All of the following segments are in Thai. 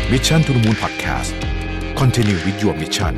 Mission to the Moon Podcast Continue with your mission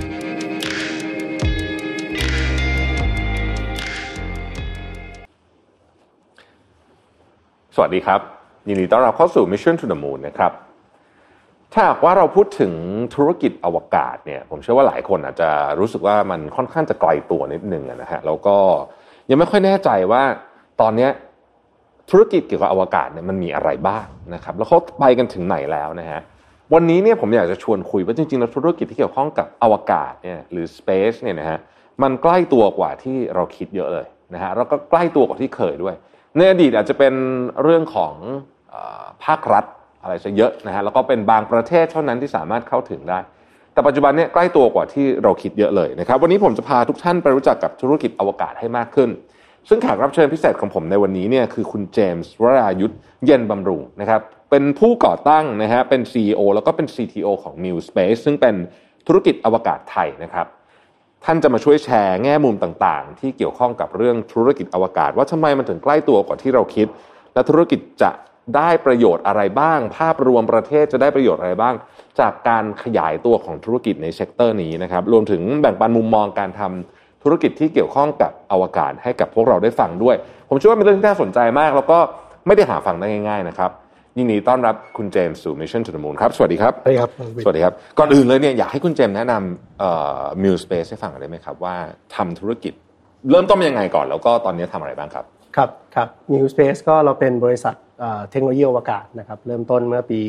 สวัสดีครับยินดีต้อนรับเข้าสู่ Mission to the Moon นะครับถ้าหากว่าเราพูดถึงธุรกิจอวกาศเนี่ยผมเชื่อว่าหลายคนอาจจะรู้สึกว่ามันค่อนข้างจะไกลตัวนิดนึงนะฮะแล้วก็ยังไม่ค่อยแน่ใจว่าตอนนี้ธุรกิจเกี่ยวกับอวกาศเนี่ยมันมีอะไรบ้างนะครับแล้วเขาไปกันถึงไหนแล้วนะฮะวันนี้เนี่ยผมอยากจะชวนคุยว่าจริงๆแล้วธุรกิจที่เกี่ยวข้องกับอวกาศเนี่ยหรือ space เนี่ยนะฮะมันใกล้ตัวกว่าที่เราคิดเยอะเลยนะฮะแล้วก็ใกล้ตัวกว่าที่เคยด้วยในอดีตอาจจะเป็นเรื่องของภาครัฐอะไรซะเยอะนะฮะแล้วก็เป็นบางประเทศเท่านั้นที่สามารถเข้าถึงได้แต่ปัจจุบันเนี่ยใกล้ตัวกว่าที่เราคิดเยอะเลยนะครับวันนี้ผมจะพาทุกท่านไปรู้จักกับธุรกิจอวกาศให้มากขึ้นซึ่งแขกรับเชิญพิเศษของผมในวันนี้เนี่ยคือคุณเจมส์วรายุทธเย็นบำรุงนะครับเป็นผู้ก่อตั้งนะฮะเป็น CEO แล้วก็เป็น CTO ของ New Space ซึ่งเป็นธุรกิจอวกาศไทยนะครับท่านจะมาช่วยแชร์แง่มุมต่างๆที่เกี่ยวข้องกับเรื่องธุรกิจอวกาศว่าทำไมมันถึงใกล้ตัวกว่าที่เราคิดและธุรกิจจะได้ประโยชน์อะไรบ้างภาพรวมประเทศจะได้ประโยชน์อะไรบ้างจากการขยายตัวของธุรกิจในเซกเตอร์นี้นะครับรวมถึงแบ่งปันมุมมองการทำธุรกิจที่เกี่ยวข้องกับอวกาศให้กับพวกเราได้ฟังด้วยผมเชื่อว่าเป็นเรื่องที่น่าสนใจมากแล้วก็ไม่ได้หาฟังได้ง่ายๆนะครับยินดีต้อนรับคุณเจมส์สู่ Mission to the Moon ครับสวัสดีครับสวัสดีครับสวัสดีครับก่อนอื่นเลยเนี่ยอยากให้คุณเจมส์แนะนำNew Space ให้ฟังได้ไหมครับว่าทำธุรกิจเริ่มต้นยังไงก่อนแล้วก็ตอนนี้ทำอะไรบ้างครับครับ New Space ก็เราเป็นบริษัทเทคโนโลยีอวกาศนะครับเริ่มต้นเมื่อปี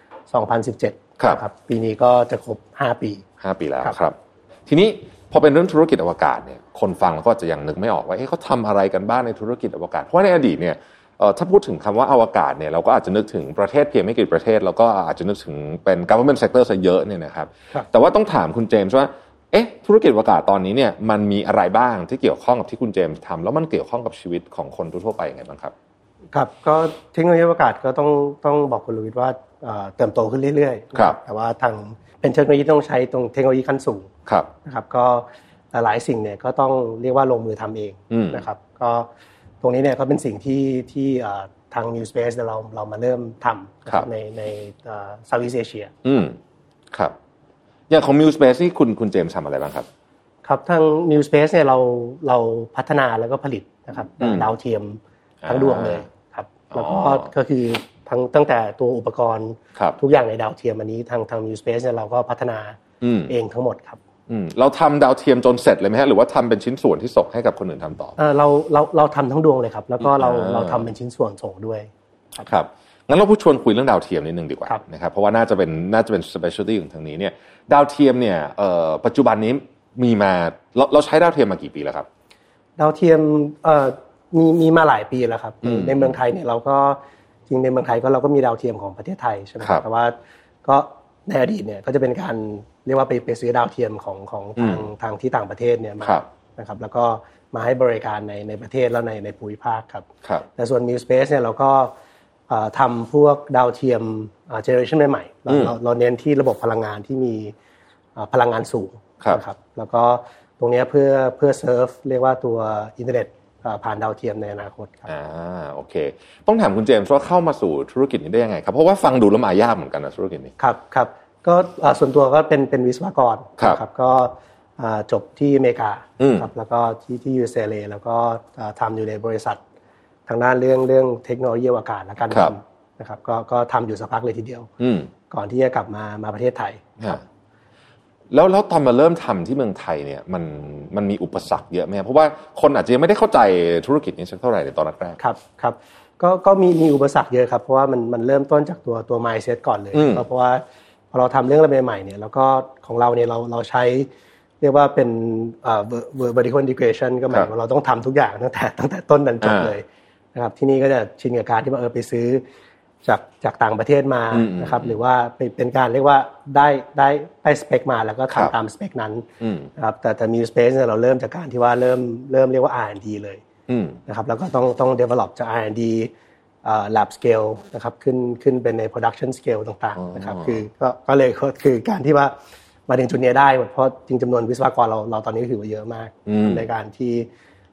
2017ครับปีนี้ก็จะครบ5ปีแล้วครับทีนี้พอเป็นเรื่องธุรกิจอวกาศเนี่ยคนฟังก็จะยังนึกไม่ออกว่าเขาทำอะไรกันบ้างในธุรกิจอวกาศเพราะในอดีตเนี่ยถ้าพูดถึงคำว่าอวกาศเนี่ยเราก็อาจจะนึกถึงประเทศเพียงไม่กี่ประเทศแล้วก็อาจจะนึกถึงเป็น government sector ซะเยอะเนี่ยนะครับแต่ว่าต้องถามคุณเจมส์ว่าธุรกิจอวกาศตอนนี้เนี่ยมันมีอะไรบ้างที่เกี่ยวข้องกับที่คุณเจมส์ทำแล้วมันเกี่ยวข้องกับชีวิตของคนทั่วไปยังไงบ้างครับครับก็เทคโนโลยีอวกาศก็ต้องบอกคุณลุยว่าเติบโตขึ้นเรื่อยๆแต่ว่าทางเป็นเทคโนโลยีต้องใช้ตรงเทคโนโลยีขั้นสูงนะครับก็หลายสิ่งเนี่ยก็ต้องเรียกว่าลงมือทำเองนะครับก็ตรงนี้เนี่ยก็เป็นสิ่งที่ทาง New Space เรามาเริ่มทำในSoutheast Asia ครับอย่างของ New Space นี่คุณเจมส์ทำอะไรบ้างครับครับทาง New Space เนี่ยเราพัฒนาแล้วก็ผลิตนะครับดาวเทียมทั้งดวงเลยครับแล้วก็คือตั้งแต่ตัวอุปกรณ์ทุกอย่างในดาวเทียมอันนี้ทาง New Space เนี่ยเราก็พัฒนาเองทั้งหมดครับเราทำดาวเทียมจนเสร็จเลยไหมฮะหรือว่าทำเป็นชิ้นส่วนที่ส่งให้กับคนอื่นทำต่อเราทำทั้งดวงเลยครับแล้วก็เราทำเป็นชิ้นส่วนส่งด้วยครับงั้นเราพูดชวนคุยเรื่องดาวเทียมนิดนึงดีกว่านะครับเพราะว่าน่าจะเป็น specialty ของทางนี้เนี่ยดาวเทียมเนี่ยปัจจุบันนี้มีมาเราใช้ดาวเทียมมากี่ปีแล้วครับดาวเทียมมีมาหลายปีแล้วครับในเมืองไทยเนี่ยเราก็จริงในเมืองไทยก็เราก็มีดาวเทียมของประเทศไทยใช่ไหมแต่ว่าก็ในอดีตเนี่ยก็จะเป็นการเรียกว่าไปซื้อดาวเทียมของทางที่ต่างประเทศเนี่ยมานะครับแล้วก็มาให้บริการในประเทศแล้วในภูมิภาคครับแต่ส่วน New Space เนี่ยเราก็ทำพวกดาวเทียมเจเนอเรชันใหม่ๆเราเน้นที่ระบบพลังงานที่มีพลังงานสูงนะครับแล้วก็ตรงนี้เพื่อเซิร์ฟเรียกว่าตัวอินเทอร์เน็ตผ่านดาวเทียมในอนาคตครับโอเคต้องถามคุณเจมส์ว่าเข้ามาสู่ธุรกิจนี้ได้ยังไงครับเพราะว่าฟังดูแล้วมายากเหมือนกันนะธุรกิจนี้ครับก็ส่วนตัวก็เป็นวิศวกรครับก็จบที่อเมริกาครับแล้วก็ที่ UCLA แล้วก็ทำอยู่ในบริษัททางด้านเรื่องเทคโนโลยีอวกาศและการทำนะครับก็ทำอยู่สักพักเลยทีเดียวก่อนที่จะกลับมาประเทศไทยแล้วตอนมาเริ่มทำที่เมืองไทยเนี่ยมันมีอุปสรรคเยอะไหมเพราะว่าคนอาจจะยังไม่ได้เข้าใจธุรกิจนี้สักเท่าไหร่ในตอนแรกครับก็มีอุปสรรคเยอะครับเพราะว่ามันเริ่มต้นจากตัว mindset ก่อนเลยเพราะว่าพอเราทำเรื่องอะไรใหม่ๆเนี่ยแล้วก็ของเราเนี่ยเราใช้เรียกว่าเป็นvertical integration ก็หมายว่าเราต้องทำทุกอย่างตั้งแต่ต้นจนจบเลยนะครับที่นี่ก็จะชินกับการที่ว่าไปซื้อจากต่างประเทศมานะครับหรือว่าเป็นการเรียกว่าได้สเปคมาแล้วก็ทำตามสเปคนั้นนะครับแต่มี Space เนี่ยเราเริ่มจากการที่ว่าเริ่มเรียกว่า R&D เลยนะครับแล้วก็ต้อง develop จาก R&D lab scale นะครับขึ้นเป็นใน production scale ต่างๆนะครับก็เลยคือการที่ว่ามาถึงจุดนี้ได้เพราะจริงจำนวนวิศวกรเราตอนนี้ถือว่าเยอะมากในการที่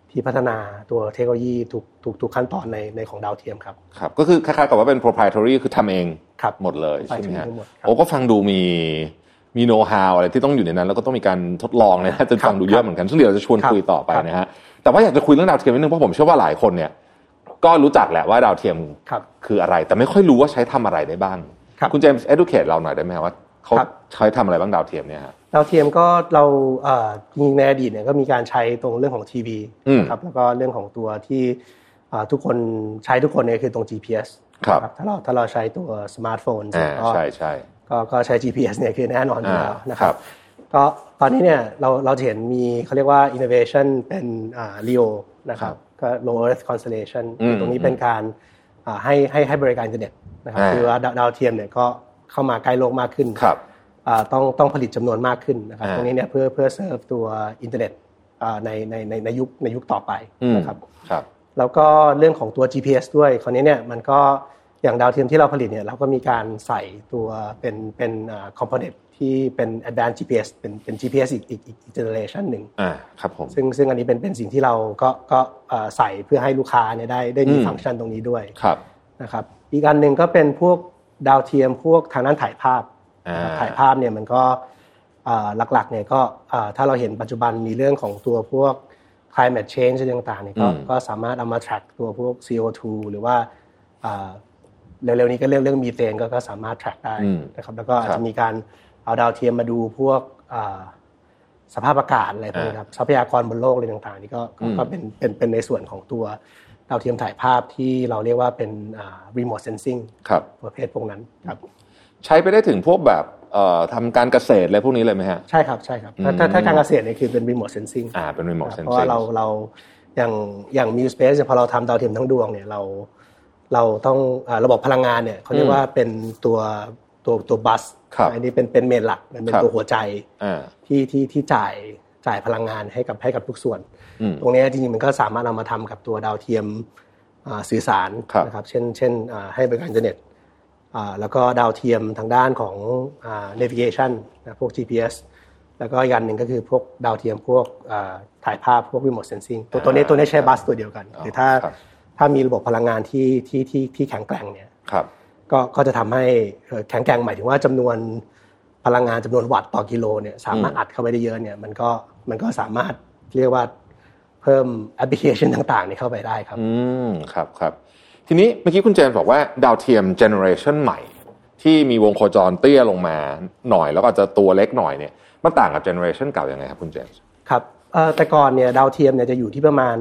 พัฒนาตัวเทคโนโลยีทุกขั้นตอนในของดาวเทียมครับครับก็คือคล้ายๆกับว่าเป็น proprietary คือทำเองหมดเลยใช่ไหมฮะโอ้ก็ฟังดูมีโน้ตฮาวอะไรที่ต้องอยู่ในนั้นแล้วก็ต้องมีการทดลองเลยนะจนฟังดูเยอะเหมือนกันซึ่งเดี๋ยวเราจะชวนคุยต่อไปนะฮะแต่ว่าอยากจะคุยเรื่องดาวเทียมนิดนึงเพราะผมเชื่อว่าหลายคนเนี่ยก็รู้จักแหละว่าดาวเทียมคืออะไรแต่ไม่ค่อยรู้ว่าใช้ทำอะไรได้บ้างคุณเจมส์ educate เราหน่อยได้ไหมว่าเขาใช้ทำอะไรบ้างดาวเทียมเนี่ยฮะดาวเทียมก็เรามีในอดีตเนี่ยก็มีการใช้ตรงเรื่องของทีวีนะครับแล้วก็เรื่องของตัวที่ทุกคนใช้ทุกคนเนี่ยคือตรง GPS ครับถ้าเราใช้ตัวสมาร์ทโฟนใช่ก็ใช้ GPS เนี่ยคือแน่นอนอยู่แล้วนะครับก็ตอนนี้เนี่ยเราจะเห็นมีเขาเรียกว่า innovation เป็นLEO นะครับก็ Low Earth Constellation ตรงนี้เป็นการให้บริการอินเทอร์เน็ตนะครับคือว่าดาวเทียมเนี่ยก็เข้ามาใกล้โลกมากขึ้นต้องผลิตจำนวนมากขึ้นนะครับตรงนี้เนี่ยเพื่อเซิร์ฟตัวอินเทอร์เน็ตในยุคต่อไปนะครับแล้วก็เรื่องของตัว GPS ด้วยคราวนี้เนี่ยมันก็อย่างดาวเทียมที่เราผลิตเนี่ยเราก็มีการใส่ตัวเป็นcomponent ที่เป็น advanced GPS เป็น GPS อีก generation นึงครับผมซึ่งอันนี้เป็นสิ่งที่เราก็ใส่เพื่อให้ลูกค้าเนี่ยได้มีฟังก์ชันตรงนี้ด้วยนะครับอีกอันนึงก็เป็นพวกดาวเทียมพวกทางด้านถ่ายภาพเนี่ยมันก็หลักๆเนี่ยก็ถ้าเราเห็นปัจจุบันมีเรื่องของตัวพวก climate change ต่างๆเนี่ยก็สามารถเอามา track ตัวพวก CO2 หรือว่าเร็วๆนี้ก็เรื่องมีเทนก็สามารถ track ได้นะครับแล้วก็อาจจะมีการเอาดาวเทียมมาดูพวกสภาพอากาศอะไรพวกนี้ครับทรัพยากรบนโลกอะไรต่างๆนี่ก็เป็นในส่วนของตัวดาวเทียมถ่ายภาพที่เราเรียกว่าเป็นremote sensing ประเภทพวกนั้นครับใช้ไปได้ถึงพวกแบบทำการเกษตรอะไรพวกนี้เลยไหมฮะใช่ครับถ้าการเกษตรเนี่ยคือเป็น remote sensing เป็น remote sensing เพราะว่าเราอย่าง New Space พอเราทำดาวเทียมทั้งดวงเนี่ยเราต้องระบบพลังงานเนี่ยเขาเรียกว่าเป็นตัวบัสอันนี้เป็นเมนหลักเป็นตัวหัวใจที่จ่ายพลังงานให้กับทุกส่วนตรงนี้จริงๆมันก็สามารถเอามาทำกับตัวดาวเทียมสื่อสารนะครับเช่นให้บริการอินเทอร์เน็ตแล้วก็ดาวเทียมทางด้านของnavigation นะพวก GPS แล้วก็อีกอันหนึ่งก็คือพวกดาวเทียมพวกถ่ายภาพพวก remote sensing ตัวนี้ใช้บัสตัวเดียวกันคือถ้ามีระบบพลังงานที่แข็งแกร่งเนี่ยก็จะทำให้แข็งแกร่งหมายถึงว่าจำนวนพลังงานจำนวนวัตต์ต่อกิโลเนี่ยสามารถอัดเข้าไปได้เยอะเนี่ยมันก็สามารถเรียกว่าเพิ่มแอปพลิเคชันต่างๆนี่เข้าไปได้ครับครับทีนี้เมื่อกี้คุณเจมส์บอกว่าดาวเทียมเจเนอเรชันใหม่ที่มีวงโคจรเตี้ยลงมาหน่อยแล้วก็จะตัวเล็กหน่อยเนี่ยมันต่างกับเจเนอเรชันเก่ายังไงครับคุณเจมส์ครับแต่ก่อนเนี่ยดาวเทียมเนี่ยจะอยู่ที่ประมาณ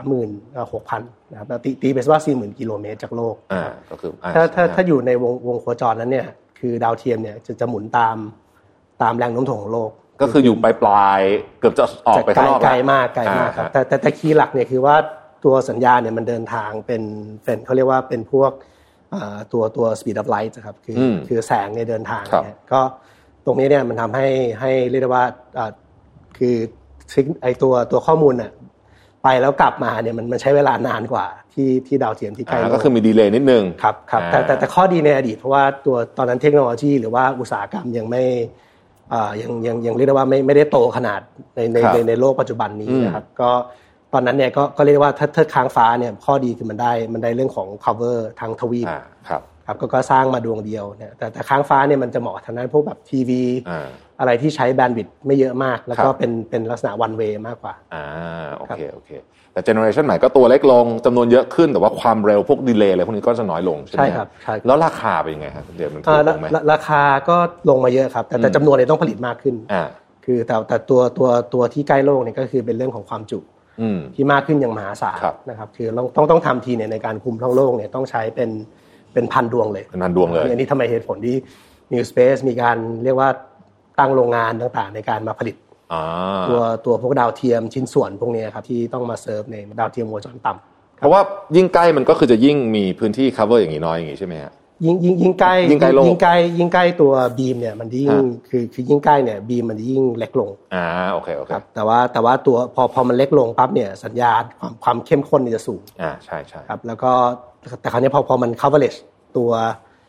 36,000 นะครับตีไปว่า 40,000 กิโลเมตรจากโลกก็คือถ้าอยู่ในวงโคจรนั้นเนี่ยคือดาวเทียมเนี่ยจะหมุนตามแรงโน้มถ่วงของโลกก็คืออยู่ปลายเกือบจะออกไปข้างนอกไกลมากครับแต่คีย์หลักเนี่ยคือว่าตัวสัญญาณเนี่ยมันเดินทางเป็นเขาเรียกว่าเป็นพวกตัว speed of light นะครับคือแสงเนี่ยเดินทางเนี่ยก็ตรงนี้เนี่ยมันทำให้เรียกได้ว่าคือไอตัวข้อมูลน่ะไปแล้วกลับมาเนี่ยมันใช้เวลานานกว่าที่ดาวเทียมที่ใกล้ก็คือมีดีเลย์นิดนึงครับแต่ข้อดีในอดีตเพราะว่าตัวตอนนั้นเทคโนโลยีหรือว่าอุตสาหกรรมยังไม่ยังเรียกได้ว่าไม่ได้โตขนาดในโลกปัจจุบันนี้นะครับก็ตอนนั้นเนี่ยก็เรียกว่าถ้าค้างฟ้าเนี่ยข้อดีคือมันได้เรื่องของ cover ทางทวีปครับก็สร้างมาดวงเดียวเนี่ยแต่ค้างฟ้าเนี่ยมันจะเหมาะทางนั้นพวกแบบทีวีอะไรที่ใช้แบนด์วิดต์ไม่เยอะมากแล้วก็เป็นลักษณะ one way มากกว่าโอเคแต่เจเนอเรชันใหม่ก็ตัวเล็กลงจำนวนเยอะขึ้นแต่ว่าความเร็วพวกดีเลย์อะไรพวกนี้ก็จะน้อยลงใช่ไหมใช่ครับแล้วราคาเป็นยังไงครับเดี๋ยวมันถูกลงไหมราคาก็ลงมาเยอะครับแต่จำนวนเนี่ยต้องผลิตมากขึ้นคือแต่ตัวที่ใกล้โลกเนี่ยก็คือเป็นเรื่องของความจุที่มากขึ้นอย่างมหาศาลนะครับคือต้องทำทีเนี่ยในการคุมทั้งโลกเนี่ยต้องใช้เป็นพันดวงเลยเป็นพันดวงเลยอันนี้ทำไมเหตุผลที่ New Space มีการเรียกว่าตั้งโรงงานต่างๆในการมาผลิตตัวพวกดาวเทียมชิ้นส่วนพวกนี้ครับที่ต้องมาเซิร์ฟในดาวเทียมวงจรต่ำเพราะว่ายิ่งใกล้มันก็คือจะยิ่งมีพื้นที่ cover อย่างนี้น้อยอย่างนี้ใช่ไหมฮะยิ่งใกล้ตัวบีมเนี่ยมันยิ่งคือยิ่งใกล้เนี่ยบีมมันยิ่งเล็กลงโอเคครับแต่ว่าตัวพอมันเล็กลงปั๊บเนี่ยสัญญาณความเข้มข้นจะสูงใช่ครับแล้วก็แต่คราวนี้พอมัน coverage ตัว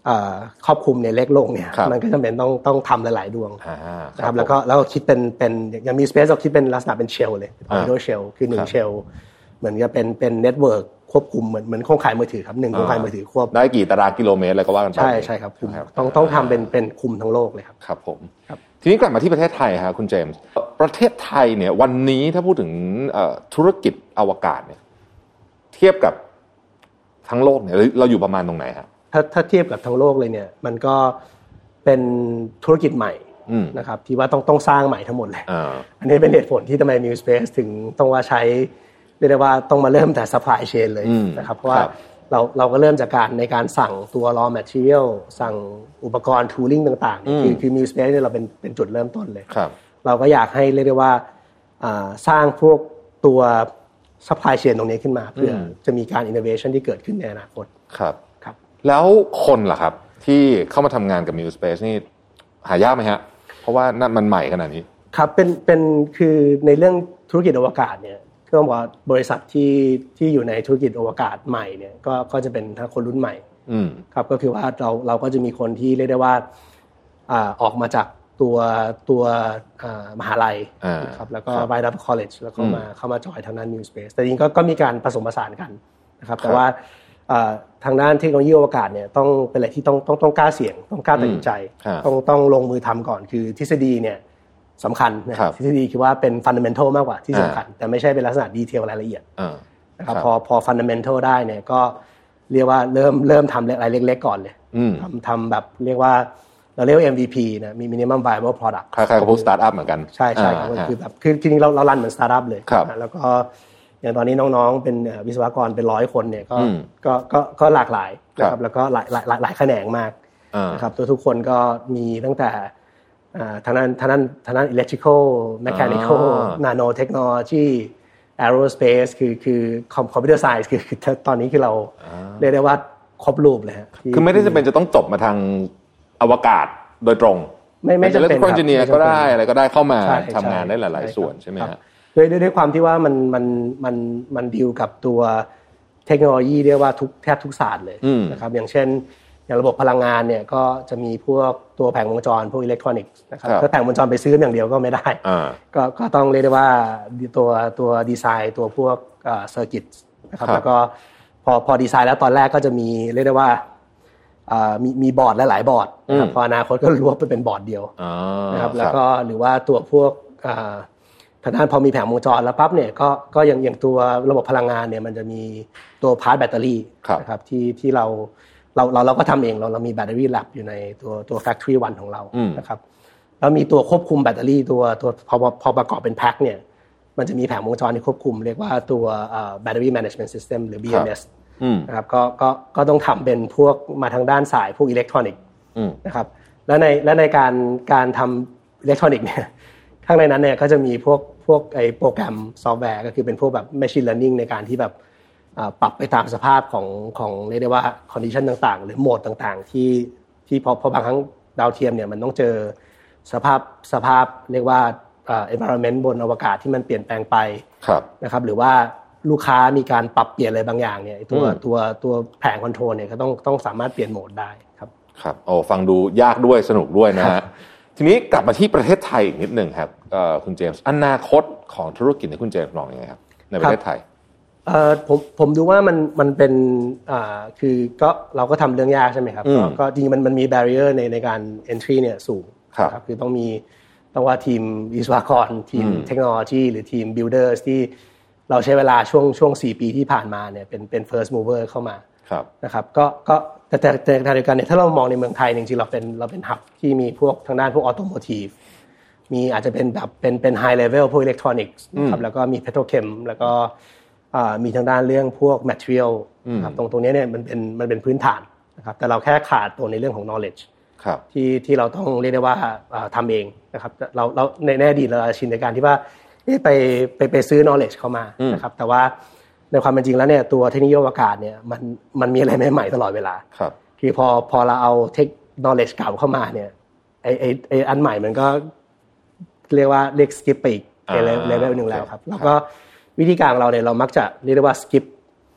ครอบคลุมเนี่ยเล็กลงเนี่ยมันก็จำเป็นต้องทำหลายๆดวงนะครับแล้วก็คิดเป็นยังมี space เราคิดเป็นลักษณะเป็นเชลเลย Orbital Shell คือ1เชลเหมือนกับเป็นเน็ตเวิร์กควบคุมเหมือนโครงข่ายมือถือครับ1โครงข่ายมือถือควบได้กี่ตารางกิโลเมตรอะไรก็ว่ากันไปใช่ครับคุมต้องทำเป็นคุมทั้งโลกเลยครับครับผมทีนี้กลับมาที่ประเทศไทยครับคุณเจมส์ประเทศไทยเนี่ยวันนี้ถ้าพูดถึงธุรกิจอวกาศเนี่ยเทียบกับทั้งโลกเนี่ยเราอยู่ประมาณตรงไหนครับถ้าเทียบกับทั้งโลกเลยเนี่ยมันก็เป็นธุรกิจใหม่นะครับที่ว่าต้องสร้างใหม่ทั้งหมดเลยอันนี้เป็นเหตุผลที่ทำไม New Space ถึงต้องว่าใช้เรียกได้ว่าต้องมาเริ่มแต่ supply chain เลยนะครับเพราะว่าเราก็เริ่มจากการในการสั่งตัว raw material สั่งอุปกรณ์ tooling ต่างๆคือ New Space เนี่ยเราเป็นจุดเริ่มต้นเลยเราก็อยากให้เรียกได้ว่าสร้างพวกตัว supply chain ตรงนี้ขึ้นมาเพื่อจะมีการ innovation ที่เกิดขึ้นในอนาคตครับแล้วคนล่ะครับที่เข้ามาทำงานกับ New Space นี่หายากไหมฮะเพราะว่านั่นมันใหม่ขนาดนี้ครับเป็นคือในเรื่องธุรกิจอวกาศเนี่ยก็ต้องบอกว่าบริษัทที่อยู่ในธุรกิจอวกาศใหม่เนี่ยก็จะเป็นทั้งคนรุ่นใหม่ครับก็คือว่าเราก็จะมีคนที่เรียกได้ว่าออกมาจากตัวมหาลัยครับแล้วก็ right out of college แล้วก็เข้ามาจอยทางด้าน New Space แต่จริงก็มีการผสมผสานกันนะครับแต่ว่าทางด้านเทคโนโลยีอวกาศเนี่ยต้องเป็นอะไรที่ต้องกล้าเสี่ยงต้องกล้าตัดสินใจต้องลงมือทำก่อนคือทฤษฎีเนี่ยสำคัญนะทฤษฎีคือว่าเป็น fundamental มากกว่าที่สำคัญแต่ไม่ใช่เป็นลักษณะดีเทลรายละเอียดนะครับพอ fundamental ได้เนี่ยก็เรียกว่าเริ่มทำอะไรเล็กๆก่อนเลยทำแบบเรียกว่าเราเรียกว่า MVP นะมี minimum viable product คล้ายๆกับพวก startup เหมือนกันใช่ครับคือแบบคือจริงๆเรารันเหมือน startup เลยแล้วก็อย่างตอนนี้น้องๆเป็นวิศวกรเป็น100คนเนี่ยก็หลากหลายนะครับแล้วก็หลายแขนงมากนะครับตัวทุกคนก็มีตั้งแต่ทางด้าน electrical mechanical nano technology aerospace คือ computer science คือตอนนี้คือเราเรียกได้ว่าครบรูปเลยฮะคือไม่ได้จำเป็นจะต้องจบมาทางอวกาศโดยตรงไม่จำเป็นครับ engineer ก็ได้อะไรก็ได้เข้ามาทำงานได้หลายๆส่วนใช่ไหมฮะด้วยความที่ว่ามันดีลกับตัวเทคโนโลยีเรียกว่าแทบทุกศาสตร์เลยนะครับอย่างเช่นอย่างระบบพลังงานเนี่ยก็จะมีพวกตัวแผงวงจรพวกอิเล็กทรอนิกส์นะครับถ้าแผงวงจรไปซื้ออย่างเดียวก็ไม่ได้ก็ต้องเรียกได้ว่าตัวดีไซน์ตัวพวกเซอร์กิตนะครับแล้วก็พอดีไซน์แล้วตอนแรกก็จะมีเรียกได้ว่ามีบอร์ดหลายๆบอร์ดนะครับพออนาคตก็รวมไปเป็นบอร์ดเดียวนะครับแล้วก็หรือว่าตัวพวกทางด้านพอมีแผงวงจรแล้วปั๊บเนี่ยก็อย่างตัวระบบพลังงานเนี่ยมันจะมีตัวพาร์ทแบตเตอรี่นะครับที่เราก็ทำเองเรามีแบตเตอรี่แลบอยู่ในตัว Factory 1ของเรานะครับแล้วมีตัวควบคุมแบตเตอรี่ตัวพอประกอบเป็นแพ็คเนี่ยมันจะมีแผงวงจรที่ควบคุมเรียกว่าตัวBattery Management System หรือ BMS นะครับก็ต้องทำเป็นพวกมาทางด้านสายพวกอิเล็กทรอนิกส์นะครับและในการทำอิเล็กทรอนิกส์เนี่ยข้างในนั้นเนี่ยก็จะมีพวกไอ้โปรแกรมซอฟต์แวร์ก็คือเป็นพวกแบบ machine learning ในการที่แบบปรับไปตามสภาพของเรียกได้ว่า condition ต่างๆหรือโหมดต่างๆที่พอบางครั้งดาวเทียมเนี่ยมันต้องเจอสภาพเรียกว่า environment บนอวกาศที่มันเปลี่ยนแปลงไปนะครับหรือว่าลูกค้ามีการปรับเปลี่ยนอะไรบางอย่างเนี่ยตัวแผงคอนโทรลเนี่ยก็ต้องสามารถเปลี่ยนโหมดได้ครับครับโอ้ฟังดูยากด้วยสนุกด้วยนะฮะทีนี้กลับมาที่ประเทศไทยอีกนิดนึงครับคุณเจมส์อนาคตของธุรกิจในคุณเจมส์มองยังไงครับในประเทศไทยผมดูว่ามันเป็นคือก็เราก็ทำเรื่องยากใช่ไหมครับก็จริงมันมี barrier ในการ entry เนี่ยสูงครับคือต้องว่าทีมวิศวกรทีมเทคโนโลยีหรือทีม builders ที่เราใช้เวลาช่วง4ปีที่ผ่านมาเนี่ยเป็น first mover เข้ามานะครับก็แต่ทางเดียวกันเนี่ยถ้าเรามองในเมืองไทยจริงๆเราเป็นหับที่มีพวกทางด้านพวก automotive มีอาจจะเป็นแบบเป็น high level พวก electronics นะครับแล้วก็มี petrochem แล้วก็มีทางด้านเรื่องพวก material ครับตรงนี้เนี่ยมันเป็นพื้นฐานนะครับแต่เราแค่ขาดตัวในเรื่องของ knowledge ที่เราต้องเรียกได้ว่าทำเองนะครับเราในอดีตเราชินในการที่ว่าไปซื้อ knowledge เข้ามานะครับแต่ว่าในความเป็นจริงแล้วเนี่ยตัวเทคโนโลยีอวกาศเนี่ยมันมีอะไรใหม่ๆตลอดเวลาคือพอเราเอาเทค knowledge เก่าเข้ามาเนี่ยไออันใหม่มันก็เรียกว่าเรียก skip ไปอีกเลเวลนึงแล้วครับแล้วก็วิธีการของเราเนี่ยเรามักจะเรียกได้ว่า skip ค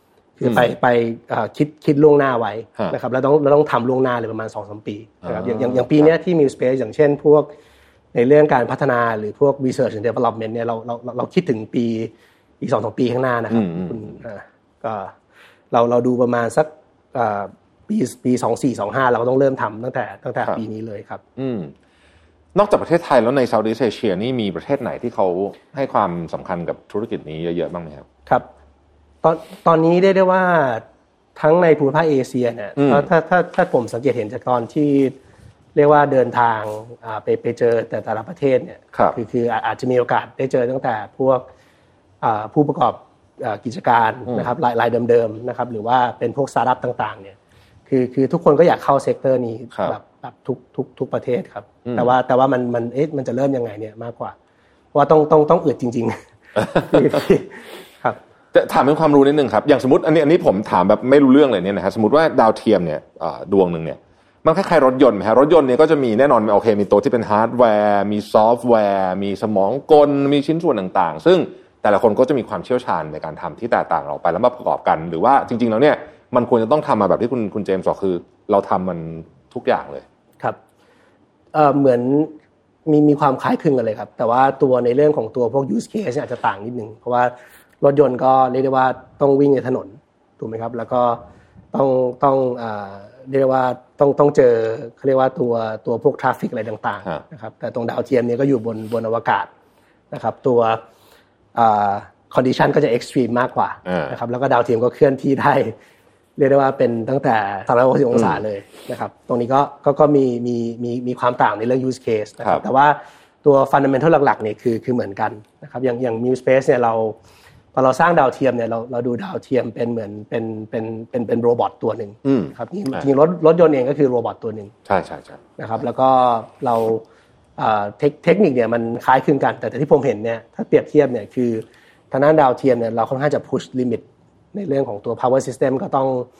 คือไปคิดล่วงหน้าไว้นะครับแล้วต้องทำล่วงหน้าเลยประมาณ 2-3 ปีนะครับอย่างปีนี้ที่มี Space อย่างเช่นพวกในเรื่องการพัฒนาหรือพวก Research and Development เนี่ยเราคิดถึงปีอีก 2-3 ปีข้างหน้านะครับก็เราดูประมาณสักปี24-25เราก็ต้องเริ่มทำตั้งแต่ปีนี้เลยครับนอกจากประเทศไทยแล้วใน Southeast Asia นี่มีประเทศไหนที่เขาให้ความสำคัญกับธุรกิจนี้เยอะๆบ้างไหมครับครับตอนนี้ได้ว่าทั้งในภูมิภาคเอเชียเนี่ยถ้าผมสังเกตเห็นจากตอนที่เรียกว่าเดินทางไปเจอแต่ละประเทศเนี่ยคืออาจจะมีโอกาสได้เจอตั้งแต่พวกผู้ประกอบกิจการนะครับรายเดิมๆนะครับหรือว่าเป็นพวกสตาร์ทอัพต่างๆเนี่ยคือทุกคนก็อยากเข้าเซกเตอร์นี้แบบทุกประเทศครับแต่ว่ามันจะเริ่มยังไงเนี่ยมากกว่าเพราะว่าต้องอึดจริงๆครับจะถามเป็นความรู้นิดนึงครับอย่างสมมติอันนี้ผมถามแบบไม่รู้เรื่องเลยเนี่ยนะครับสมมติว่าดาวเทียมเนี่ยดวงนึงเนี่ยมันคล้ายๆรถยนต์มั้ยฮะรถยนต์เนี่ยก็จะมีแน่นอนโอเคมีตัวที่เป็นฮาร์ดแวร์มีซอฟต์แวร์มีสมองกลมีชิ้นส่วนต่างๆซึ่งแต่ละคนก็จะมีความเชี่ยวชาญในการทำที่แตกต่างออกไปแล้วมาประกอบกันหรือว่าจริงๆแล้วเนี่ยมันควรจะต้องทำมาแบบที่คุณเจมส์บอกคือเราทำมันทุกอย่างเลยครับเหมือนมีความคล้ายคลึงกันเลยครับแต่ว่าตัวในเรื่องของตัวพวก use case อาจจะต่างนิดนึงเพราะว่ารถยนต์ก็เรียกได้ว่าต้องวิ่งในถนนถูกไหมครับแล้วก็ต้องเรียกว่าต้องเจอเขาเรียกว่าตัวพวกทราฟฟิกอะไรต่างๆนะครับแต่ตรงดาวเทียมเนี่ยก็อยู่บนอวกาศนะครับตัวcondition ก็จะ extreme มากกว่านะครับแล้วก็ดาวเทียมก็เคลื่อนที่ได้เรียกได้ว่าเป็นตั้งแต่360องศาเลยนะครับตรงนี้ก็มีความต่างในเรื่อง use case นะครับแต่ว่าตัว fundamental หลักๆเนี่ยคือเหมือนกันนะครับอย่าง New Space เนี่ยพอเราสร้างดาวเทียมเนี่ยเราดูดาวเทียมเป็นเหมือนเป็นโรบอทตัวนึงครับจริงรถยนต์เองก็คือโรบอทตัวนึงใช่ๆๆนะครับแล้วก็เราเทคนิคเนี่ยมันคล้ายคลึงกันแต่ที่ผมเห็นเนี่ยถ้าเปรียบเทียบเนี่ยคือทางด้านดาวเทียมเนี่ยเราค่อนข้างจะ push limit ในเรื่องของตัว power system ก็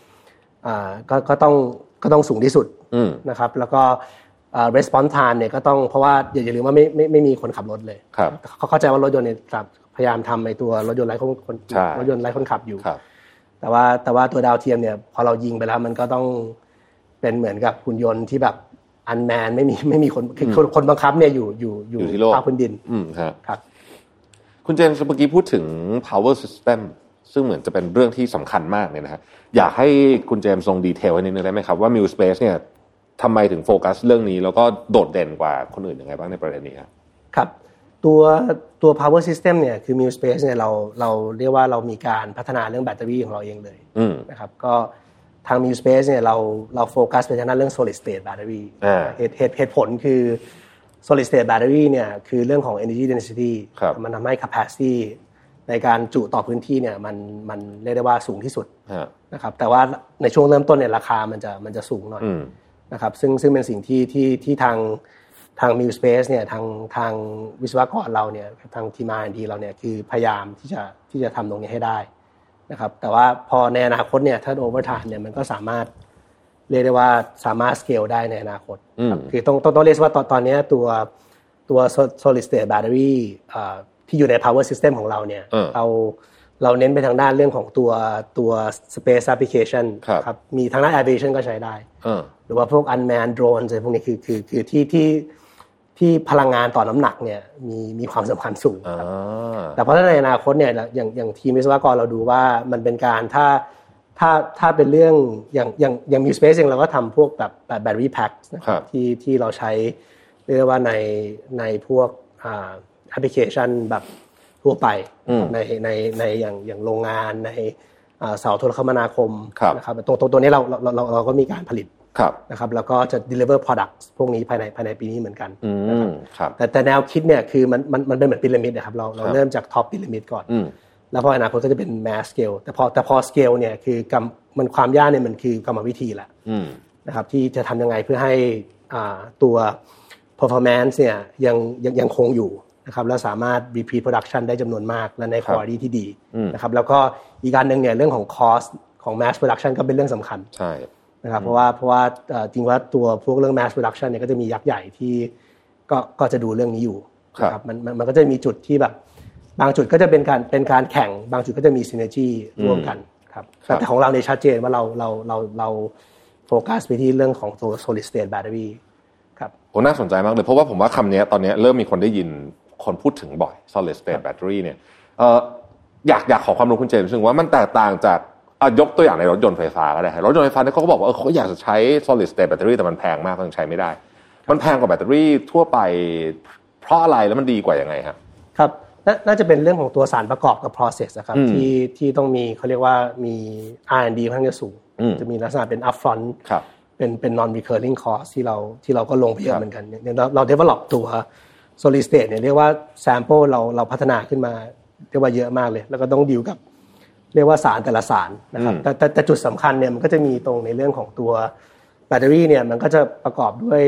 ต้องสูงที่สุดนะครับแล้วก็response time เนี่ยก็ต้องเพราะว่าอย่าลืมว่าไม่มีคนขับรถเลยเขาเข้าใจว่ารถยนต์เนี่ยพยายามทำในตัวรถยนต์ไร้คนขับอยู่แต่ว่าตัวดาวเทียมเนี่ยพอเรายิงไปแล้วมันก็ต้องเป็นเหมือนกับหุ่นยนต์ที่แบบอันแมนไม่มีคนบังคับเนี่ยอยู่ที่โลกภาคพื้นดินครับคุณเจมส์เมื่อกี้พูดถึง power system ซึ่งเหมือนจะเป็นเรื่องที่สำคัญมากเนี่ยนะฮะอยากให้คุณเจมส์ลงดีเทลให้นิดนึงได้ไหมครับว่า New Space เนี่ยทำไมถึงโฟกัสเรื่องนี้แล้วก็โดดเด่นกว่าคนอื่นยังไงบ้างในประเด็นนี้ครับตัว power system เนี่ยคือ New Space เนี่ยเราเรียกว่าเรามีการพัฒนาเรื่องแบตเตอรี่ของเราเองเลยนะครับก็ทาง New Space เนี่ยเราโฟกัสไปทางด้านเรื่อง solid state battery เหตุผลคือ solid state battery เนี่ยคือเรื่องของ energy density มันทำให้ capacity ในการจุต่อพื้นที่เนี่ยมันเรียกได้ว่าสูงที่สุดนะครับแต่ว่าในช่วงเริ่มต้นเนี่ยราคามันจะสูงหน่อยนะครับซึ่งเป็นสิ่งที่ทาง New Space เนี่ยทางวิศวกรเราเนี่ยทางทีม R&D เราเนี่ยคือพยายามที่จะทำตรงนี้ให้ได้นะครับแต่ว่าพอในอนาคตเนี่ยถ้า over time เนี่ยมันก็สามารถเรียกได้ว่าสามารถ scale ได้ในอนาคตคือต้องเรียกว่าตอนนี้ตัว solid state battery ที่อยู่ใน power system ของเราเนี่ยเราเน้นไปทางด้านเรื่องของตัว space application ครับมีทางด้าน aviation ก็ใช้ได้หรือว่าพวก unmanned drones อะไรพวกนี้คือที่พลังงานต่อน้ำหนักเนี่ยมีความสำคัญสูงครับแต่เพราะในอนาคตเนี่ยอย่างทีมวิศวกรเราดูว่ามันเป็นการถ้าเป็นเรื่องอย่าง New Space เองเราก็ทำพวกแบบ battery pack นะครับที่เราใช้เรียกว่าในพวกแอปพลิเคชันแบบทั่วไปในอย่างโรงงานในเสาโทรคมนาคมนะครับตัวนี้เราก็มีการผลิตนะครับแล้วก็จะ deliver products พวกนี้ภายในปีนี้เหมือนกันนะครับแต่แนวคิดเนี่ยคือมันเป็นเหมือนพีระมิดนะครับเราเริ่มจาก top pyramid ก่อนแล้วพออนาคตก็จะเป็น mass scale แต่พอ scale เนี่ยคือมันความยากเนี่ยมันคือกรรมวิธีแหละนะครับที่จะทำยังไงเพื่อให้ตัว performance เนี่ยยังคงอยู่นะครับแล้วสามารถ repeat production ได้จำนวนมากและใน quality ที่ดีนะครับแล้วก็อีกการนึงเนี่ยเรื่องของ cost ของ mass production ก็เป็นเรื่องสำคัญใช่นะครับเพราะว่าจริงว่าตัวพวกเรื่อง mass production เนี่ยก็จะมียักษ์ใหญ่ที่ก็จะดูเรื่องนี้อยู่นะครับมันก็จะมีจุดที่แบบบางจุดก็จะเป็นการแข่งบางจุดก็จะมี synergy ร่วมกันครับแต่ของเราเนี่ยชัดเจนว่าเราโฟกัสไปที่เรื่องของตัว solid state battery ครับโอ้น่าสนใจมากเลยเพราะว่าผมว่าคำนี้ตอนนี้เริ่มมีคนได้ยินคนพูดถึงบ่อย solid state battery เนี่ยอยากขอความรู้คุณเจมส์ซึ่งว่ามันแตกต่างจากยกตัวอย่างในรถยนต์ไฟฟ้าก็ได้รถยนต์ไฟฟ้าเนี่ยเขาก็บอกว่าเขาอยากจะใช้ solid state battery แต่มันแพงมากมันใช้ไม่ได้มันแพงกว่าแบตเตอรี่ทั่วไปเพราะอะไรแล้วมันดีกว่ายังไงครับน่าจะเป็นเรื่องของตัวสารประกอบกับ process นะครับที่ต้องมีเขาเรียกว่ามี R&D ค่อนข้างจะสูงจะมีลักษณะเป็น upfront เป็น non recurring cost ที่เราก็ลงไปเยอะเหมือนกันเรา develop ตัว solid state เนี่ยเรียกว่า sample เราพัฒนาขึ้นมาเรียกว่าเยอะมากเลยแล้วก็ต้องดีลกับเรียกว่าสารแต่ละสารนะครับแต่จุดสำคัญเนี่ยมันก็จะมีตรงในเรื่องของตัวแบตเตอรี่เนี่ยมันก็จะประกอบด้วย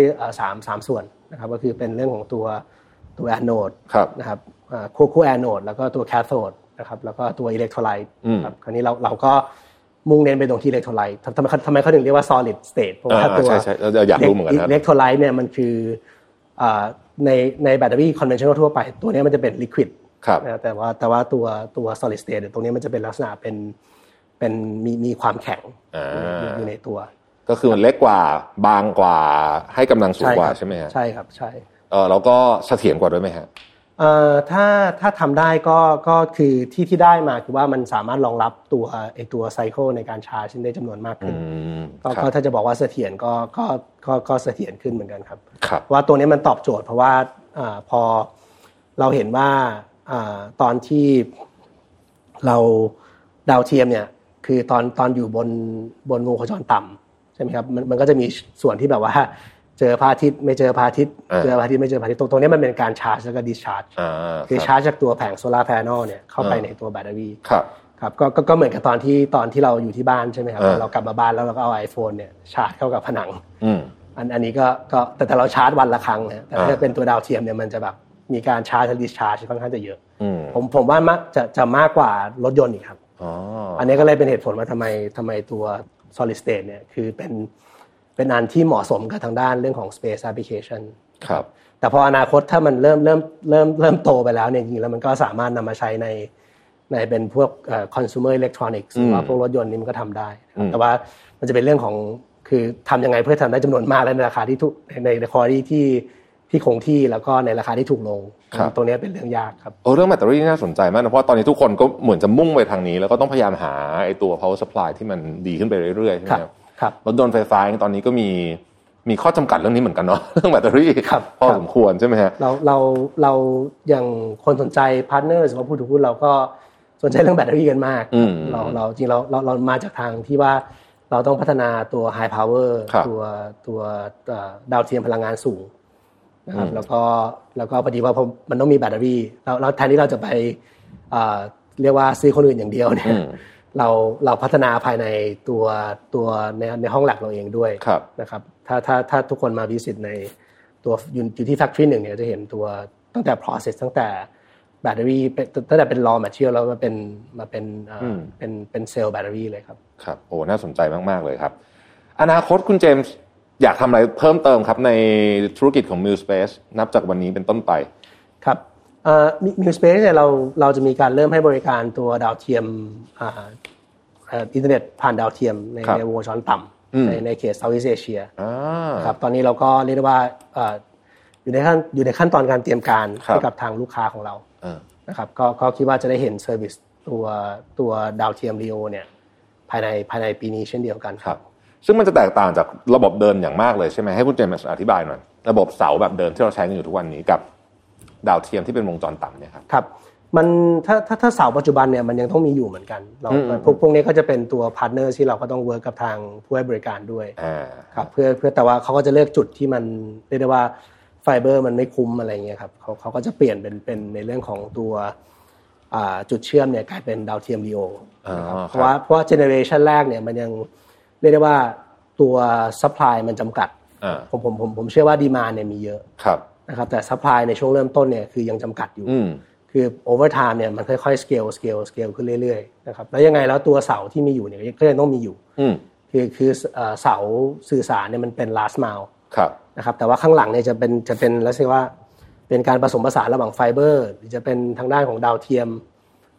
3ส่วนนะครับก็คือเป็นเรื่องของตัวแอนโนดนะครับคู่แอนโนดแล้วก็ตัวแคโธดนะครับแล้วก็ตัวอิเล็กโทรไลต์ครับคราวนี้เราก็มุ่งเน้นไปตรงที่อิเล็กโทรไลต์ทำไมเขาถึงเรียกว่า solid state เพราะว่าตัวอยากรู้เหมือนกันอิเล็กโทรไลต์เนี่ยมันคือในแบตเตอรี่ conventional ทั่วไปตัวนี้มันจะเป็น liquid แต่ว่าตัว solid state ตรงนี้มันจะเป็นลักษณะเป็นมีความแข็งอยู่ในตัวก็คือมันเล็กกว่าบางกว่าให้กำลังสูงกว่าใช่ไหมฮะใช่ครับใช่แล้วก็เสถียรกว่าด้วยไหมฮะถ้าทำได้ก็คือที่ได้มาคือว่ามันสามารถรองรับตัวไซเคิลในการชาร์จได้จำนวนมากขึ้นก็ถ้าจะบอกว่าเสถียรก็เสถียรขึ้นเหมือนกันครับว่าตัวนี้มันตอบโจทย์เพราะว่าพอเราเห็นว่าตอนที่เราดาวเทียมเนี่ยคือตอนอยู่บนวงโคจรต่ำใช่ไหมครับมันก็จะมีส่วนที่แบบว่าเจอพระอาทิตย์ไม่เจอพระอาทิตย์เจอพระอาทิตย์ไม่เจอพระอาทิตย์ตรงนี้มันเป็นการชาร์จแล้วก็ดิสชาร์จคือชาร์จจากตัวแผงโซลาร์แพนอลเนี่ยเข้าไปในตัวแบตเตอรี่ครับก็เหมือนกับตอนที่เราอยู่ที่บ้านใช่ไหมครับเรากลับมาบ้านแล้วเราก็เอา iPhone เนี่ยชาร์จเข้ากับผนังอันนี้ก็แต่เราชาร์จวันละครั้งนะแต่ถ้าเป็นตัวดาวเทียมเนี่ยมันจะแบบมีการชาร์จและดิสชาร์จค่อนข้างจะเยอะผมว่าจะมากกว่ารถยนต์อีกครับอันนี้ก็เลยเป็นเหตุผลว่าทำไมตัว solid state เนี่ยคือเป็นอันที่เหมาะสมกับทางด้านเรื่องของ space application ครับแต่พออนาคตถ้ามันเริ่มโตไปแล้วเนี่ยจริงๆแล้วมันก็สามารถนำมาใช้ในเป็นพวกconsumer electronics หรือว่าพวกรถยนต์นี่มันก็ทำได้แต่ว่ามันจะเป็นเรื่องของคือทำยังไงเพื่อทำได้จำนวนมากและในราคาที่ใน quality ที่คงที่แล้วก็ในราคาที่ถูกลงตรงนี้เป็นเรื่องยากครับเรื่องแบตเตอรี่น่าสนใจมากนะเพราะตอนนี้ทุกคนก็เหมือนจะมุ่งไปทางนี้แล้วก็ต้องพยายามหาไอ้ตัว power supply ที่มันดีขึ้นไปเรื่อยๆใช่ไหมครับรถยนต์ไฟฟ้าตอนนี้ก็มีข้อจำกัดเรื่องนี้เหมือนกันเนาะเรื่องแบตเตอรี่พอสมควรใช่ไหมฮะเราอย่างคนสนใจพาร์ทเนอร์หรือว่าผู้ถือหุ้นเราก็สนใจเรื่องแบตเตอรี่กันมากเราจริงเรามาจากทางที่ว่าเราต้องพัฒนาตัว high power ตัวดาวเทียมพลังงานสูงนะครับแล้วก็พอดีว่ามันต้องมีแบตเตอรี่แล้วแทนที่เราจะไปเรียกว่าซื้อคนอื่นอย่างเดียวเนี่ยเราพัฒนาภายในตัวในห้องแลบเราเองด้วยนะครับถ้าทุกคนมาวิสิตในตัวอยู่ที่ Factory 1เนี่ยจะเห็นตัวตั้งแต่ process ตั้งแต่แบตเตอรี่ตั้งแต่เป็น raw material แล้วมาเป็นเซลล์แบตเตอรี่เลยครับครับโอ้น่าสนใจมากๆเลยครับอนาคตคุณเจมส์อยากทำอะไรเพิ่มเติมครับในธุรกิจของ MuSpace นับจากวันนี้เป็นต้นไปครับMuSpace เนี่ยเราจะมีการเริ่มให้บริการตัวดาวเทียมอินเทอร์เน็ตผ่านดาวเทียมในวงจรต่ำในเขต Southeast Asia ครับตอนนี้เราก็เรียกได้ว่าอยู่ในขั้นตอนการเตรียมการให้กับทางลูกค้าของเรานะครับก็คิดว่าจะได้เห็นเซอร์วิสตัวดาวเทียม LEO เนี่ยภายในปีนี้เช่นเดียวกันครับซึ่งมันจะแตกต่างจากระบบเดิมอย่างมากเลยใช่ไหมให้คุณเจมส์อธิบายหน่อยระบบเสาแบบเดิมที่เราใช้กันอยู่ทุกวันนี้กับดาวเทียมที่เป็นวงจรต่ำเนี่ยครับมันถ้าเสาปัจจุบันเนี่ยมันยังต้องมีอยู่เหมือนกันเราพวกนี้ก็จะเป็นตัวพาร์ทเนอร์ที่เราก็ต้องเวิร์กกับทางผู้ให้บริการด้วยครับเพื่อแต่ว่าเขาก็จะเลือกจุดที่มันเรียกได้ว่าไฟเบอร์มันไม่คุ้มอะไรเงี้ยครับเขาก็จะเปลี่ยนเป็นในเรื่องของตัวจุดเชื่อมเนี่ยกลายเป็นดาวเทียม LEO เพราะว่าเจเนอเรชันแรกเนี่ยมันยังเรียกได้ว่าตัวซัพพลายมันจำกัดผมเชื่อว่าดีมานด์เนี่ยมีเยอะนะครับแต่ซัพพลายในช่วงเริ่มต้นเนี่ยคือยังจำกัดอยู่คือโอเวอร์ไทม์เนี่ยมันค่อยๆสเกลขึ้นเรื่อยๆนะครับแล้วยังไงแล้วตัวเสาที่มีอยู่เนี่ยก็ยังต้องมีอยู่คือเสาสื่อสารเนี่ยมันเป็น last mile นะครับแต่ว่าข้างหลังเนี่ยจะเป็นแล้วเรียกว่าเป็นการผสมผสานระหว่างไฟเบอร์หรือจะเป็นทางด้านของดาวเทียม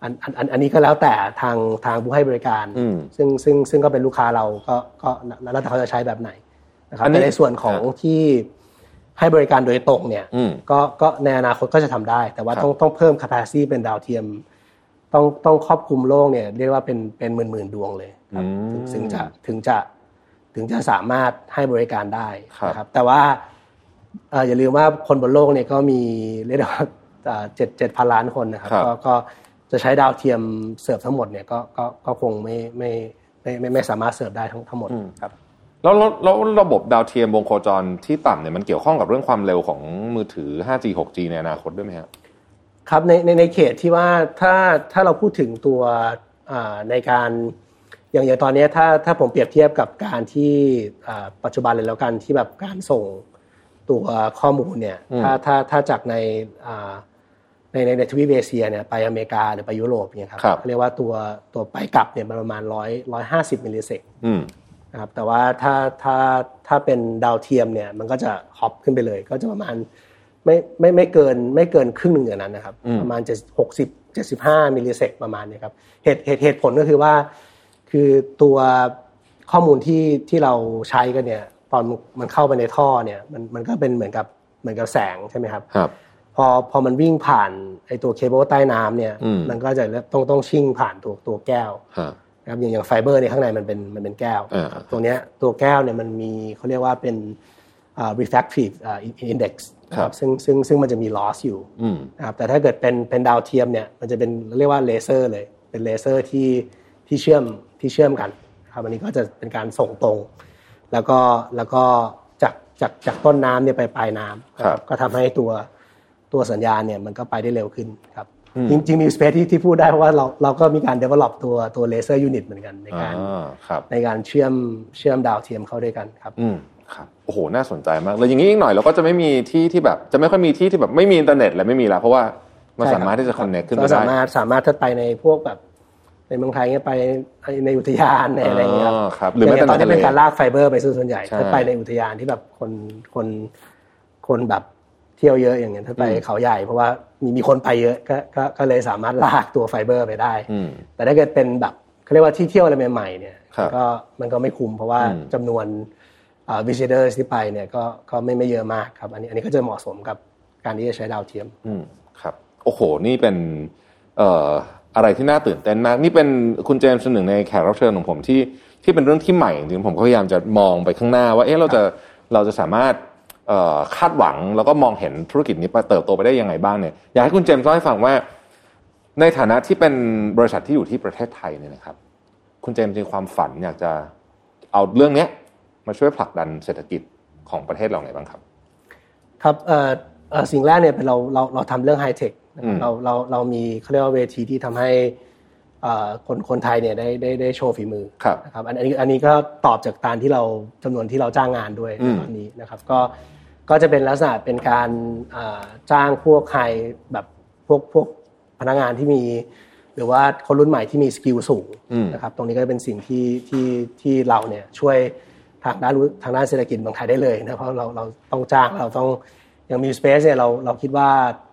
อันนี้ก็แล้วแต่ทางผู้ให้บริการซึ่งก็เป็นลูกค้าเราก็แล้วแต่เขาจะใช้แบบไหนนะครับแต่ในส่วนของที่ให้บริการโดยตรงเนี่ยก็ในอนาคตก็จะทำได้แต่ว่าต้องเพิ่ม capacity เป็นดาวเทียมต้องครอบคลุมโลกเนี่ยเรียกว่าเป็นหมื่นดวงเลยครับถึงจะสามารถให้บริการได้นะครับแต่ว่าอย่าลืมว่าคนบนโลกเนี่ยก็มีเรียกว่า7,000 ล้านคนนะครับก็จะใช้ดาวเทียมเสิร์ฟทั้งหมดเนี่ยก็คงไม่สามารถเสิร์ฟได้ทั้งหมดครับแล้วระบบดาวเทียมวงโคจรที่ต่ำเนี่ยมันเกี่ยวข้องกับเรื่องความเร็วของมือถือ 5G 6G ในอนาคตด้วยไหมครับในเขตที่ว่าถ้าเราพูดถึงตัวในการอย่างตอนนี้ถ้าผมเปรียบเทียบกับการที่ปัจจุบันเลยแล้วกันที่แบบการส่งตัวข้อมูลเนี่ยถ้าจากในทวีปเอเชียเนี่ยไปอเมริกาหรือไปยุโรปเนี่ยครับเรียกว่าตัวไปกลับเนี่ยประมาณ150มิลลิเซกนะครับแต่ว่าถ้าเป็นดาวเทียมเนี่ยมันก็จะฮอปขึ้นไปเลยก็จะประมาณไม่เกินครึ่งนึงอย่างนั้นนะครับประมาณ75มิลลิเซกประมาณนี้ครับเหตุผลก็คือว่าคือตัวข้อมูลที่เราใช้กันเนี่ยตอนมันเข้าไปในท่อเนี่ยมันก็เป็นเหมือนกับแสงใช่ไหมครับพอมันวิ่งผ่านไอ้ตัวเคเบิลใต้น้ำเนี่ยมันก็จะต้องชิ่งผ่านตัวแก้วนะครับอย่างไฟเบอร์ในข้างในมันเป็นแก้วตัวเนี้ยตัวแก้วเนี่ยมันมีเขาเรียกว่าเป็นrefractive index ครับซึ่งมันจะมี loss อยู่นะครับแต่ถ้าเกิดเป็นดาวเทียมเนี่ยมันจะเป็นเรียกว่าเลเซอร์เลยเป็นเลเซอร์ที่เชื่อมกันครับอันนี้ก็จะเป็นการส่งตรงแล้วก็จากต้นน้ำเนี่ยไปปลายน้ำก็ทำให้ตัวสัญญาณเนี่ยมันก็ไปได้เร็วขึ้นครับจริงๆมีสเปซที่พูดได้เพราะว่าเราก็มีการ develop ตัวเลเซอร์ยูนิตเหมือนกันในการเชื่อมดาวเทียมเข้าด้วยกันครับครับโอ้โหน่าสนใจมากแล้วอย่างนี้อีกหน่อยเราก็จะไม่มีที่แบบจะไม่ค่อยมีที่แบบไม่มีอินเทอร์เน็ตและไม่มีแล้วเพราะว่ามันสามารถที่จะ connect ขึ้นไปได้สามารถถ้าไปในพวกแบบในเมืองไทยเนี่ยไปในอุทยานในอะไรอย่างเงี้ยครับหรือแม้แต่ตอนที่เป็นการลากไฟเบอร์ไปส่วนใหญ่ถ้าไปในอุทยานที่แบบคนแบบเที่ยวเยอะอย่างเงี้ยถ้าไปเขาใหญ่เพราะว่ามีคนไปเยอะก็เลยสามารถลากตัวไฟเบอร์ไปได้แต่ถ้าเกิดเป็นแบบเขาเรียกว่าที่เที่ยวอะไรใหม่ๆเนี่ยมันก็ไม่คุ้มเพราะว่าจำนวนvisitors ที่ไปเนี่ยก็ไม่เยอะมากครับอันนี้ก็จะเหมาะสมกับการที่จะใช้ดาวเทียมครับโอ้โหนี่เป็นอะไรที่น่าตื่นเต้นมากนี่เป็นคุณเจมส์หนึ่งในแขกรับเชิญของผมที่เป็นเรื่องที่ใหม่จริงผมก็พยายามจะมองไปข้างหน้าว่าเราจะสามารถคาดหวังแล้วก็มองเห็นธุรกิจนี้เติบโตไปได้ยังไงบ้างเนี่ยอยากให้คุณเจมส์เล่าให้ฟังว่าในฐานะที่เป็นบริษัทที่อยู่ที่ประเทศไทยเนี่ยนะครับคุณเจมส์มีความฝันอยากจะเอาเรื่องนี้มาช่วยผลักดันเศรษฐกิจของประเทศเราไงบ้างครับครับสิ่งแรกเนี่ยเป็นเราทำเรื่องไฮเทคเรามีเขาเรียกว่าเวทีที่ทำให้คนไทยเนี่ยได้โชว์ฝีมือนะครับอันนี้ก็ตอบจากการที่เราจำนวนที่เราจ้างงานด้วยตอนนี้นะครับก็จะเป็นลักษณะเป็นการจ้างพวกไฮแบบพวกพนักงานที่มีหรือว่าคนรุ่นใหม่ที่มีสกิลสูงนะครับตรงนี้ก็เป็นสิ่งที่เราเนี่ยช่วยทางด้านเศรษฐกิจเมืองไทยได้เลยนะเพราะเราต้องจ้างเราต้องอย่างมีสเปซเนี่ยเราคิดว่า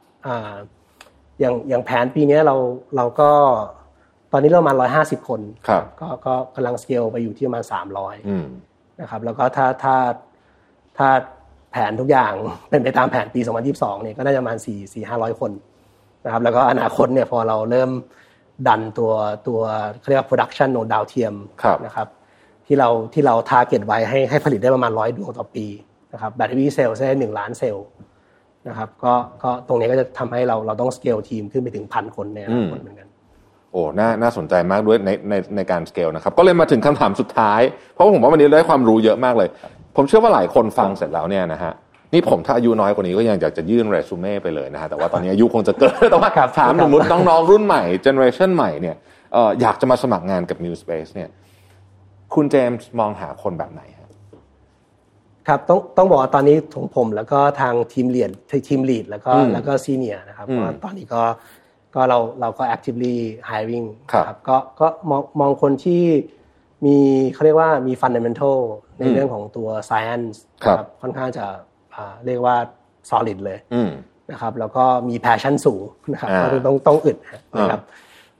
อย่างแผนปีนี้เราก็ตอนนี้เราประมาณ150คนก็กำลังสเกลไปอยู่ที่ประมาณ300นะครับแล้วก็ถ้าแผนทุกอย่างเป็นไปตามแผนปี2022เนี่ยก็น่าจะประมาณ400-500คนนะครับแล้วก็อนาคตเนี่ยพอเราเริ่มดันตัวเรียกว่า production โนดาวเทียมนะครับที่เราทาร์เก็ตไว้ให้ผลิตได้ประมาณ100ดวงต่อปีนะครับแบตเตอรี่เซลล์ได้1ล้านเซลล์นะครับก็ตรงนี้ก็จะทำให้เราต้องสเกลทีมขึ้นไปถึง 1,000 คนในอนาคตเหมือนกันโอ้น่าสนใจมากด้วยในการสเกลนะครับก็เลยมาถึงคำถามสุดท้ายเพราะผมว่าวันนี้ได้ความรู้เยอะมากเลยผมเชื่อว่าหลายคนฟังเสร็จแล้วเนี่ยนะฮะนี่ผมถ้าอายุน้อยกว่านี้ก็ยังอยากจะยื่นเรซูเม่ไปเลยนะฮะแต่ว่าตอนนี้อายุคงจะเกินแต่ว่าถามสมมุติน้องๆรุ่นใหม่เจเนอเรชันใหม่เนี่ยอยากจะมาสมัครงานกับ New Space เนี่ยคุณเจมส์มองหาคนแบบไหนครับต้องบอกว่าตอนนี้ของผมแล้วก็ทางทีมลีดแล้วก็ซีเนียร์นะครับเพราะตอนนี้ก็เราก็ actively hiring ครับก็มองคนที่มีเขาเรียกว่ามี fundamental ในเรื่องของตัว science ครับค่อนข้างจะเรียกว่า solid เลยนะครับแล้วก็มี passion สูงนะครับต้องอึดนะครับ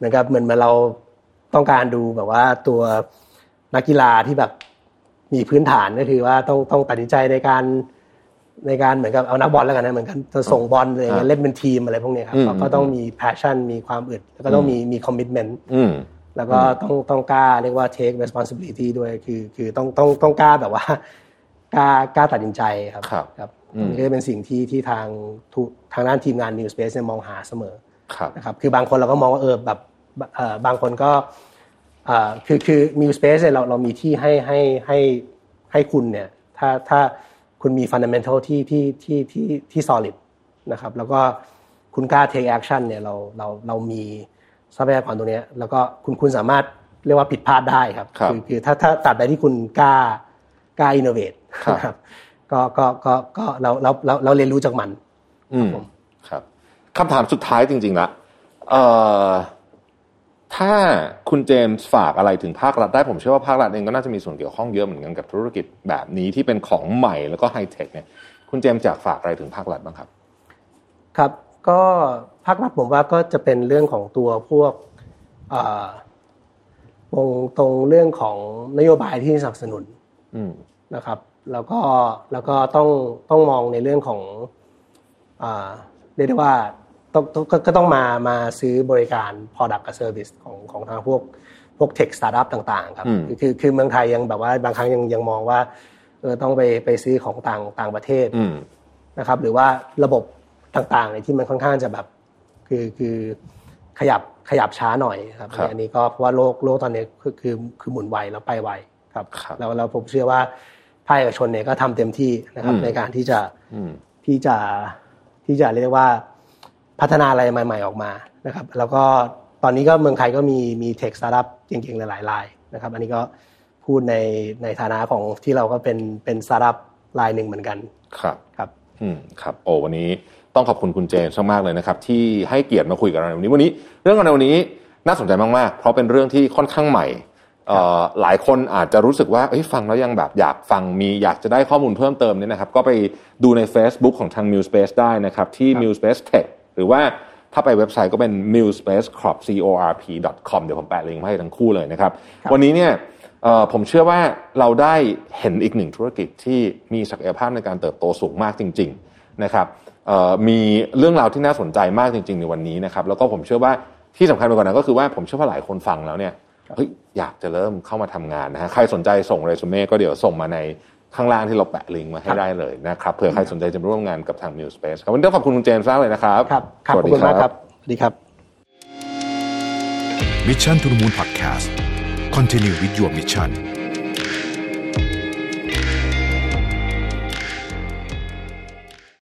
มือนเราต้องการดูแบบว่าตัวนักกีฬาที่แบบมีพื้นฐานก็คือว่าต้องตัดสินใจในการเหมือนกับเอานักบอลแล้วกันนะเหมือนกันจะส่งบอลอะไรอย่างเงี้ยเล่นเป็นทีมอะไรพวกนี้ครับก็ต้องมี passion มีความอึดแล้วก็ต้องมี commitment แล้วก็ต้องกล้าเรียกว่า take responsibility ด้วยคือต้องกล้าแบบว่ากล้าตัดสินใจครับนี่ก็เป็นสิ่งที่ทางด้านทีมงาน New Space เนี่ยมองหาเสมอนะครับคือบางคนเราก็มองว่าแบบบางคนก็คือ New Space เนี่ยเรามีที่ให้คุณเนี่ยถ้าคุณมี fundamental ที่ solid นะครับแล้วก็คุณกล้า take action เนี่ยเรามีทรัพยากรตรงนี้แล้วก็คุณสามารถเรียกว่าผิดพลาดได้ครับคือถ้าตัดใดที่คุณกล้า innovate ครับก็เราเรียนรู้จากมันครับคำถามสุดท้ายจริงๆละถ้าคุณเจมส์ฝากอะไรถึงภาครัฐได้ผมเชื่อว่าภาครัฐเองก็น่าจะมีส่วนเกี่ยวข้องเยอะเหมือนกันกับธุรกิจแบบนี้ที่เป็นของใหม่แล้วก็ไฮเทคเนี่ยคุณเจมส์อยากฝากอะไรถึงภาครัฐบ้างครับครับก็ภาครัฐผมว่าก็จะเป็นเรื่องของตัวพวกตรงเรื่องของนโยบายที่สนับสนุนนะครับแล้วก็ต้องมองในเรื่องของเรียกได้ว่าก็ต้องมาซื้อบริการ product กับ service ของทางพวก tech startup ต่างๆครับคือเมืองไทยยังแบบว่าบางครั้งยังมองว่าต้องไปซื้อของต่างประเทศนะครับหรือว่าระบบต่างๆเนี่ยที่มันค่อนข้างจะแบบคือขยับช้าหน่อยครับอันนี้ก็เพราะว่าโลกตอนนี้คือหมุนไวแล้วไปไวครับแล้วผมเชื่อว่าภาคเอกชนเนี่ยก็ทำเต็มที่นะครับในการที่จะเรียกว่าพัฒนาอะไรใหม่ๆออกมานะครับแล้วก็ตอนนี้ก็เมืองไทยก็มีเทคสตาร์ทอัพเก่งๆหลายๆรายนะครับอันนี้ก็พูดในฐานะของที่เราก็เป็นสตาร์ทอัพรายหนึ่งเหมือนกันครับครับโอ้วันนี้ต้องขอบคุณคุณเจมส์มากๆเลยนะครับที่ให้เกียรติมาคุยกับเราในวันนี้เรื่องในวันนี้น่าสนใจมากๆเพราะเป็นเรื่องที่ค่อนข้างใหม่หลายคนอาจจะรู้สึกว่าฟังแล้วยังแบบอยากฟังอยากจะได้ข้อมูลเพิ่มเติมเนี่ยนะครับก็ไปดูใน Facebook ของทาง New Space ได้นะครับที่ New Space Tech หรือว่าถ้าไปเว็บไซต์ก็เป็น newspacecorp.com เดี๋ยวผมแปะลิงก์ให้ทั้งคู่เลยนะครับวันนี้เนี่ยผมเชื่อว่าเราได้เห็นอีกหนึ่งธุรกิจที่มีศักยภาพในการเติบโตสูงมากจริงๆนะครับมีเรื่องราวที่น่าสนใจมากจริงๆในวันนี้นะครับแล้วก็ผมเชื่อว่าที่สำคัญไปกว่านั้นก็คือว่าผมเชื่อว่าหลายคนฟังแล้วเนี่ยอยากจะเริ่มเข้ามาทำงานนะฮะใครสนใจส่งเรซูเม่ก็เดี๋ยวส่งมาในข้างล่างที่เราแปะลิงก์มาให้ได้เลยนะครับเผื่อใครสนใจจะร่วมงานกับทาง New Space ครับวันนี้ต้องขอบคุณคุณเจมส์มากเลยนะครับขอบคุณมากครับสวัสดีครับ Mission to the Moon Podcast Continue with your mission